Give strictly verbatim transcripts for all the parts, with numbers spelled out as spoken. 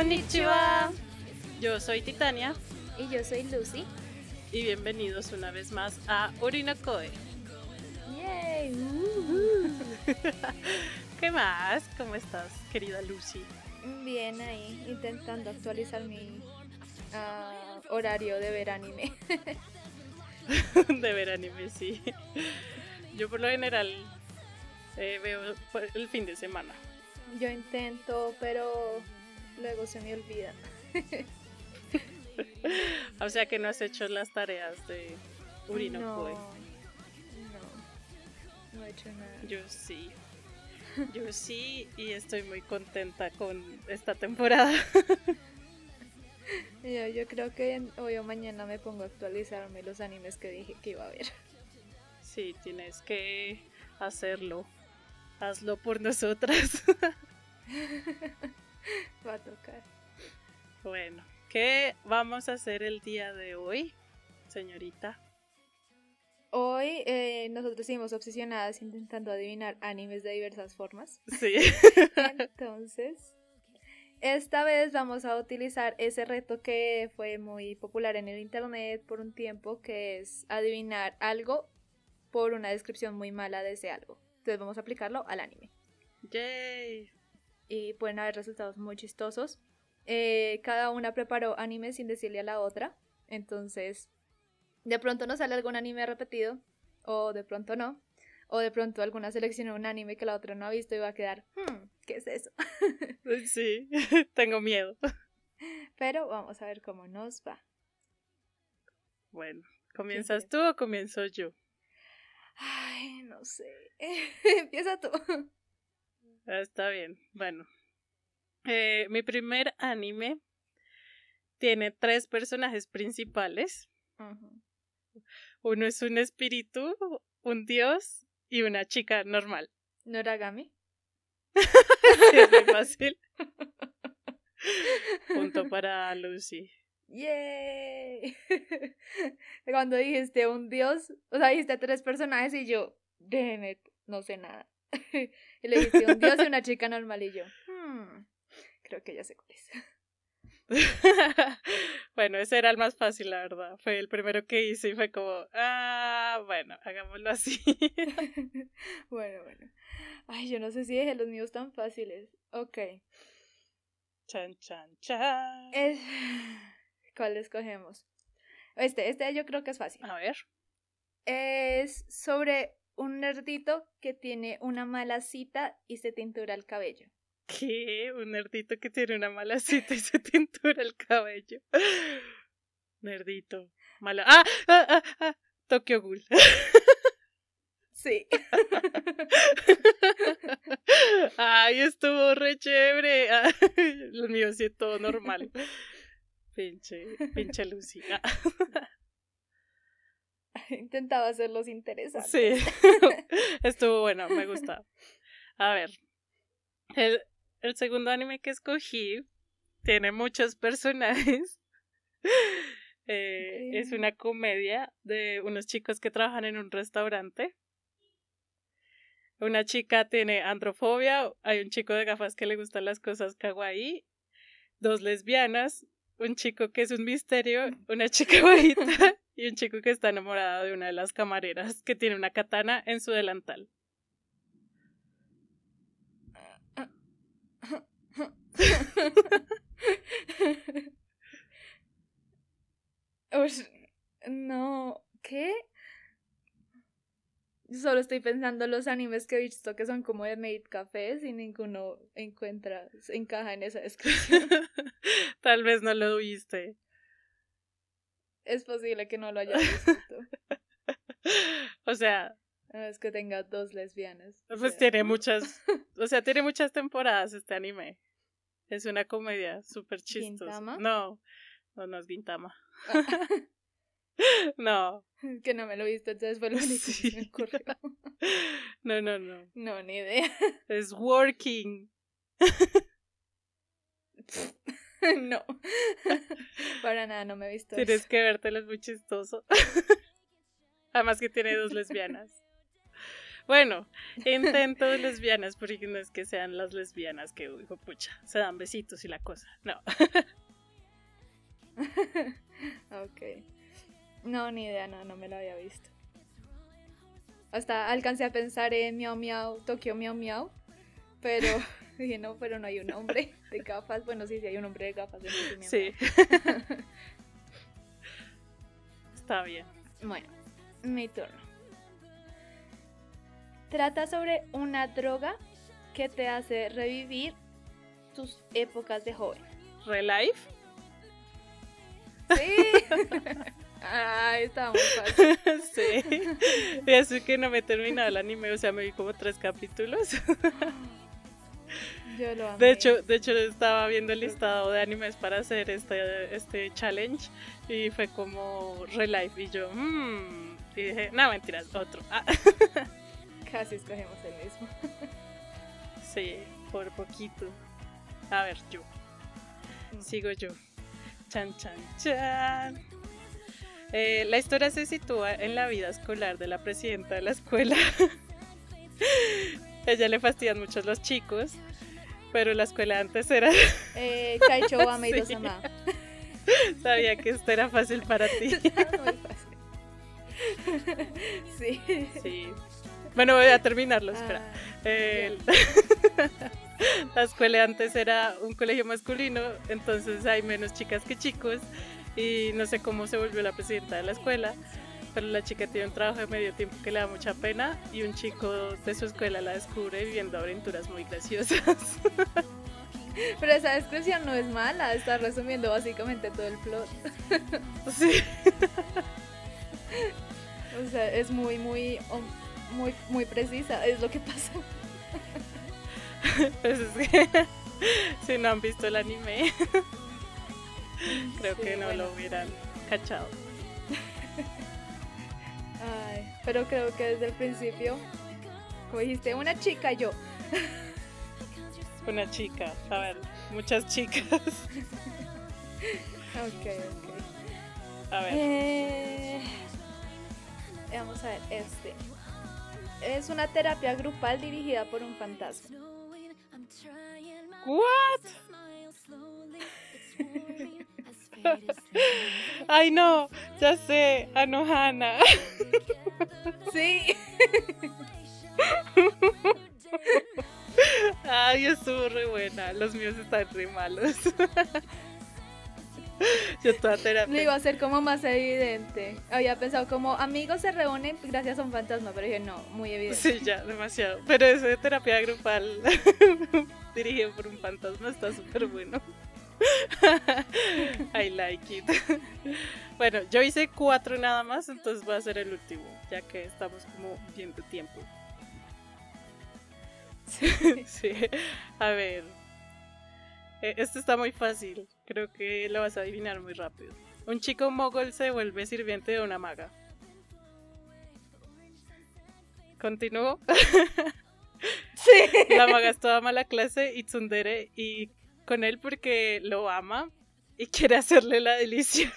Konnichiwa. Yo soy Titania. Y yo soy Lucy. Y bienvenidos una vez más a Urinokoe. ¡Yay! Uh. ¿Qué más? ¿Cómo estás, querida Lucy? Bien, ahí, intentando actualizar mi uh, horario de ver anime. De ver anime, sí. Yo por lo general eh, veo el fin de semana. Yo intento, pero luego se me olvida. O sea que no has hecho las tareas de Urinokoe. No, no, no he hecho nada. Yo sí. Yo sí, y estoy muy contenta con esta temporada. Yo, yo creo que hoy o mañana me pongo a actualizarme los animes que dije que iba a ver. Sí, tienes que hacerlo. Hazlo por nosotras. Va a tocar. Bueno, ¿qué vamos a hacer el día de hoy, señorita? Hoy eh, nosotros seguimos obsesionadas intentando adivinar animes de diversas formas. Sí. Entonces, esta vez vamos a utilizar ese reto que fue muy popular en el internet por un tiempo, que es adivinar algo por una descripción muy mala de ese algo. Entonces vamos a aplicarlo al anime. ¡Yay! Y pueden haber resultados muy chistosos. Eh, cada una preparó anime sin decirle a la otra. Entonces, de pronto nos sale algún anime repetido, o de pronto no, o de pronto alguna seleccionó un anime que la otra no ha visto y va a quedar, hmm, ¿qué es eso? Sí, tengo miedo. Pero vamos a ver cómo nos va. Bueno, ¿comienzas tú o comienzo yo? Ay, no sé. Empieza tú. Ah, está bien, bueno. Eh, mi primer anime tiene tres personajes principales. Uh-huh. Uno es un espíritu, un dios y una chica normal. ¿Noragami? Sí, es muy fácil. Punto para Lucy. ¡Yay! Cuando dijiste un dios, o sea, dijiste tres personajes y yo, déjeme, no sé nada. Y le dijiste un dios y una chica normal y yo, hmm, creo que ya sé cuál es. Bueno, ese era el más fácil, la verdad. Fue el primero que hice y fue como, ah, bueno, hagámoslo así. Bueno, bueno. Ay, yo no sé si dejé los míos tan fáciles. Ok. Chan, chan, chan. Es... ¿Cuál escogemos? Este, este yo creo que es fácil. A ver. Es sobre un nerdito que tiene una mala cita y se tintura el cabello. ¿Qué? Un nerdito que tiene una mala cita y se tintura el cabello. Nerdito. Mala. ¡Ah! ¡Ah! ¡Ah! ah! Tokyo Ghoul. Sí. Ay, estuvo re chévere. Lo mío sí es todo normal. Pinche, pinche Lucy. Intentaba hacerlos interesantes. Sí. Estuvo bueno, me gusta. A ver. El, el segundo anime que escogí tiene muchos personajes. Eh, okay. Es una comedia de unos chicos que trabajan en un restaurante. Una chica tiene androfobia, hay un chico de gafas que le gustan las cosas kawaii, dos lesbianas, un chico que es un misterio, una chica bajita y un chico que está enamorado de una de las camareras que tiene una katana en su delantal. Uy, no, ¿qué? Solo estoy pensando en los animes que he visto que son como de Maid Cafés y ninguno encuentra, encaja en esa descripción. Tal vez no lo viste. Es posible que no lo haya visto. O sea, es que tenga dos lesbianas. Pues sea. tiene muchas, o sea, tiene muchas temporadas este anime. Es una comedia súper chistosa. ¿Gintama? No, no, no es Gintama. No. Que no me lo he visto, entonces fue lo único sí. que se me ocurrió. No, no, no. No, ni idea. Es Working. No. Para nada, no me he visto Tienes eso. que vértelo, es muy chistoso. Además que tiene dos lesbianas. Bueno, intento de lesbianas, porque no es que sean las lesbianas que, hijo pucha, se dan besitos y la cosa. No. Ok. No, ni idea, no, no me lo había visto. Hasta alcancé a pensar en Miau Miau, Tokio Miau Miau, pero dije, no, pero no hay un hombre de gafas. Bueno, sí, sí hay un hombre de gafas. En Tokio Miau Sí. Miau. Está bien. Bueno, mi turno. Trata sobre una droga que te hace revivir tus épocas de joven. ¿Relife? Sí. Ay, estaba muy fácil. Sí. Y eso que no me he terminado el anime, o sea, me vi como tres capítulos. Yo lo amé. De hecho, de hecho estaba viendo el listado de animes para hacer este, este challenge y fue como Relife y yo, mmm, y dije, no, mentiras, otro. Ah. Casi escogemos el mismo. Sí, por poquito. A ver, yo. Sigo yo. Chan, chan, chan. Eh, la historia se sitúa en la vida escolar de la presidenta de la escuela. A ella le fastidian mucho los chicos, pero la escuela antes era... Eh, Kaicho wa Sí. Meido-sama. Sabía que esto era fácil para ti. Muy fácil. Sí. Sí. Bueno, voy a terminarlo, espera. Ah, Eh, la escuela antes era un colegio masculino, entonces hay menos chicas que chicos y no sé cómo se volvió la presidenta de la escuela, pero la chica tiene un trabajo de medio tiempo que le da mucha pena y un chico de su escuela la descubre viviendo aventuras muy graciosas. Pero esa descripción no es mala, está resumiendo básicamente todo el plot. Sí. O sea, es muy, muy, muy, muy precisa, es lo que pasa. Pues es que si no han visto el anime, creo Sí, que no bueno. lo hubieran cachado. Ay, pero creo que desde el principio, como dijiste, una chica y yo. Una chica, a ver, muchas chicas. Ok, ok. A ver, Eh, vamos a ver, este. Es una terapia grupal dirigida por un fantasma. ¿what? Ay no, ya sé, Anohana. Sí. Ay, estuvo re buena, los míos están re malos. Yo toda Lo terapia. iba a ser como más evidente. Había pensado como amigos se reúnen gracias a un fantasma, pero dije no, muy evidente. Sí, ya, demasiado. Pero ese de terapia grupal dirigido por un fantasma está súper bueno. I like it. Bueno, yo hice cuatro nada más, entonces voy a hacer el último, ya que estamos como viendo tiempo. Sí. Sí, a ver. Eh, Este está muy fácil, creo que lo vas a adivinar muy rápido. Un chico mogol se vuelve sirviente de una maga. ¿Continúo? Sí. La maga es toda mala clase y tsundere y con él porque lo ama y quiere hacerle la delicia.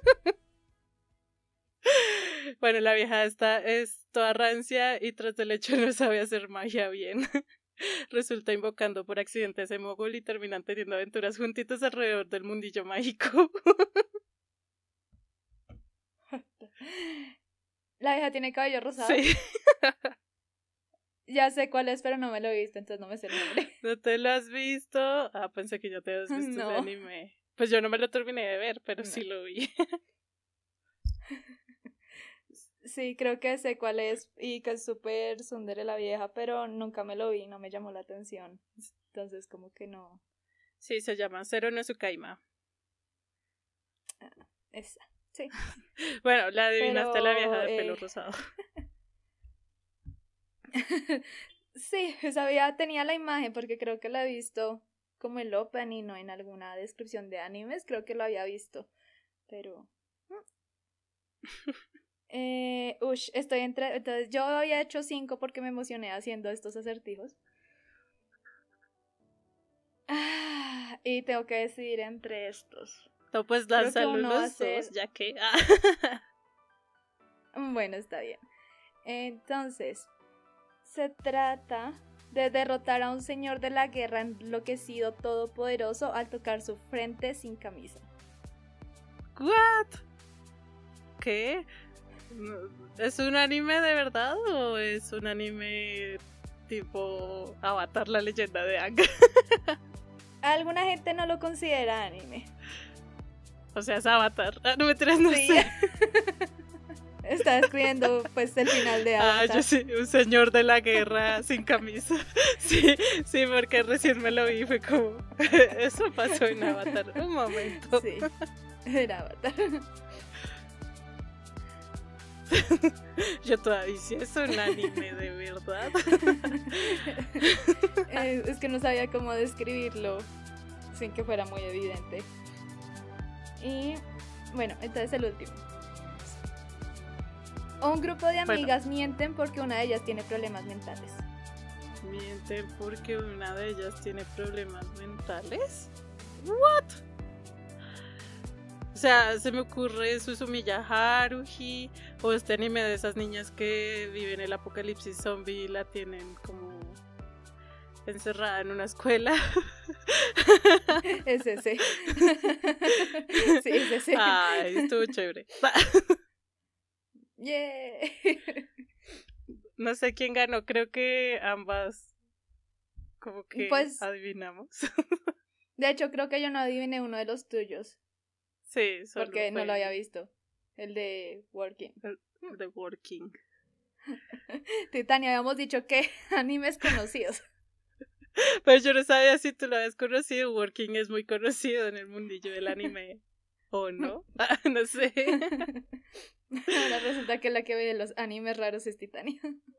Bueno, la vieja esta es toda rancia y tras del hecho no sabe hacer magia bien. Resulta invocando por accidente a ese mogol y terminan teniendo aventuras juntitos alrededor del mundillo mágico. La vieja tiene cabello rosado. Sí. Ya sé cuál es, pero no me lo he visto, entonces no me sé el nombre. ¿No te lo has visto? Ah, pensé que ya te habías visto No. ese anime. Pues yo no me lo terminé de ver, pero No. sí lo vi. Sí, creo que sé cuál es y que es súper tsundere la vieja, pero nunca me lo vi, no me llamó la atención. Entonces como que no. Sí, se llama Zero no Tsukaima. Esa, sí. Bueno, la adivinaste Pero, la vieja de eh, pelo rosado. Sí, sabía, tenía la imagen porque creo que la he visto como el opening o en alguna descripción de animes, creo que lo había visto, pero... Eh, ush, estoy entre... Entonces yo había hecho cinco porque me emocioné haciendo estos acertijos. Ah, y tengo que decidir entre estos. No, pues Creo que lánzalo uno va a los ser... dos, ya que... Ah. Bueno, está bien. Entonces, se trata de derrotar a un señor de la guerra enloquecido todopoderoso al tocar su frente sin camisa. ¿What? ¿Qué? ¿Es un anime de verdad o es un anime tipo Avatar, la leyenda de Aang? Alguna gente no lo considera anime. O sea, es Avatar. Ah, no me traes, no Sí. sé. Está escribiendo pues el final de Avatar. Ah, yo sí, un señor de la guerra sin camisa. Sí, sí, porque recién me lo vi y fue como, eso pasó en Avatar. Un momento. Sí, era Avatar. Yo todavía sí es un anime de verdad. Eh, es que no sabía cómo describirlo sin que fuera muy evidente. Y bueno, entonces el último. Un grupo de amigas bueno. mienten porque una de ellas tiene problemas mentales. ¿Mienten porque una de ellas tiene problemas mentales? ¿What? O sea, se me ocurre Suzumiya Haruhi o este anime de esas niñas que viven el apocalipsis zombie y la tienen como encerrada en una escuela. Es ese. Sí, es ese. Ay, estuvo chévere. Yeah. No sé quién ganó, creo que ambas como que pues, adivinamos. De hecho, creo que yo no adiviné uno de los tuyos. Sí, solo porque fue... no lo había visto. El de Working. El de Working. Titania, habíamos dicho que animes conocidos. Pero yo no sabía si tú lo habías conocido. Working es muy conocido en el mundillo del anime. ¿O no? No sé. Ahora resulta que la que ve de los animes raros es Titania.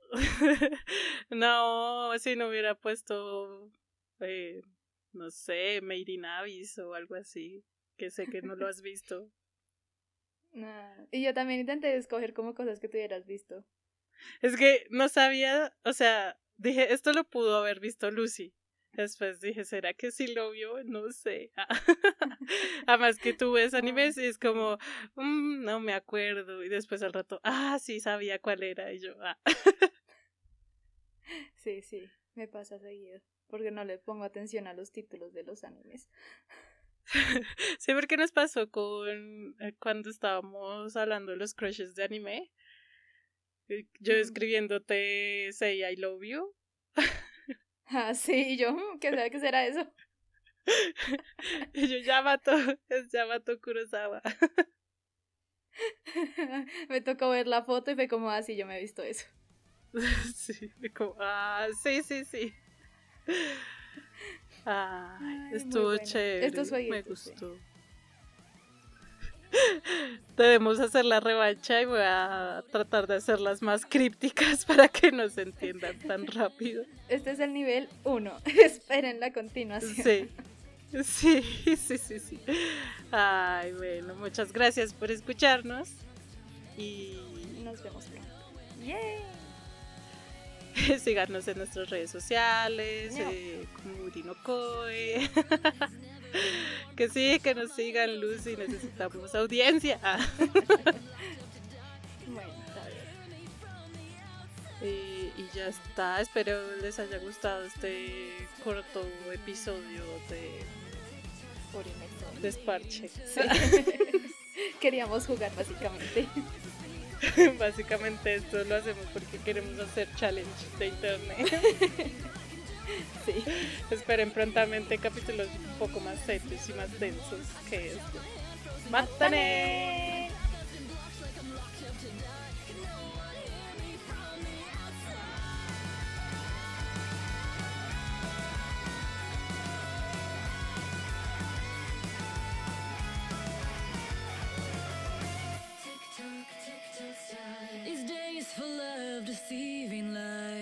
No, si no hubiera puesto, eh, no sé, Made in Abyss o algo así, que sé que no lo has visto. No. Y yo también intenté escoger como cosas que tú hubieras visto. Es que no sabía, o sea, dije, esto lo pudo haber visto Lucy. Después dije, ¿será que sí lo vio? No sé. Además que tú ves animes y es como, mmm, no me acuerdo. Y después al rato, ah, sí, sabía cuál era. Y yo, ah. Sí, sí, me pasa seguido. Porque no le pongo atención a los títulos de los animes. Sí, porque nos pasó con eh, cuando estábamos hablando de los crushes de anime. Yo mm. escribiéndote Say I love you. Ah, sí, y yo, ¿qué será que será eso? Y yo, Yamato, es Yamato Kurosawa. Me tocó ver la foto y fue como, ah, sí, yo me he visto eso. Sí, como, ah, sí, sí, sí. Ay, Ay estuvo bueno. Chévere. Estos me gustó. Sí. Debemos hacer la revancha y voy a tratar de hacerlas más crípticas para que no se entiendan tan rápido. Este es el nivel uno. Esperen la continuación. Sí. Sí, sí, sí, sí. Ay, bueno, muchas gracias por escucharnos. Y nos vemos pronto. ¡Yay! Síganos en nuestras redes sociales, no. eh, como Urinokoe. Que sí, que nos sigan, Lucy, necesitamos audiencia. Bueno, está bien. Y, y ya está, espero les haya gustado este corto episodio de Desparche. Sí. Queríamos jugar básicamente. Básicamente esto lo hacemos porque queremos hacer challenge de internet. Sí. Esperen prontamente capítulos un poco más serios y más densos que este. ¡Mátane! These days full of deceiving lies.